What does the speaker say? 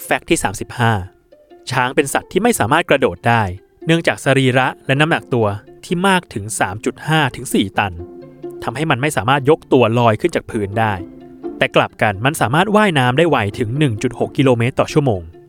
แฟกต์ที่35ช้างเป็นสัตว์ที่ไม่สามารถกระโดดได้เนื่องจากสรีระและน้ำหนักตัวที่มากถึง 3.5 ถึง 4 ตันทำให้มันไม่สามารถยกตัวลอยขึ้นจากพื้นได้แต่กลับกันมันสามารถว่ายน้ำได้ไวถึง 1.6 กิโลเมตรต่อชั่วโมง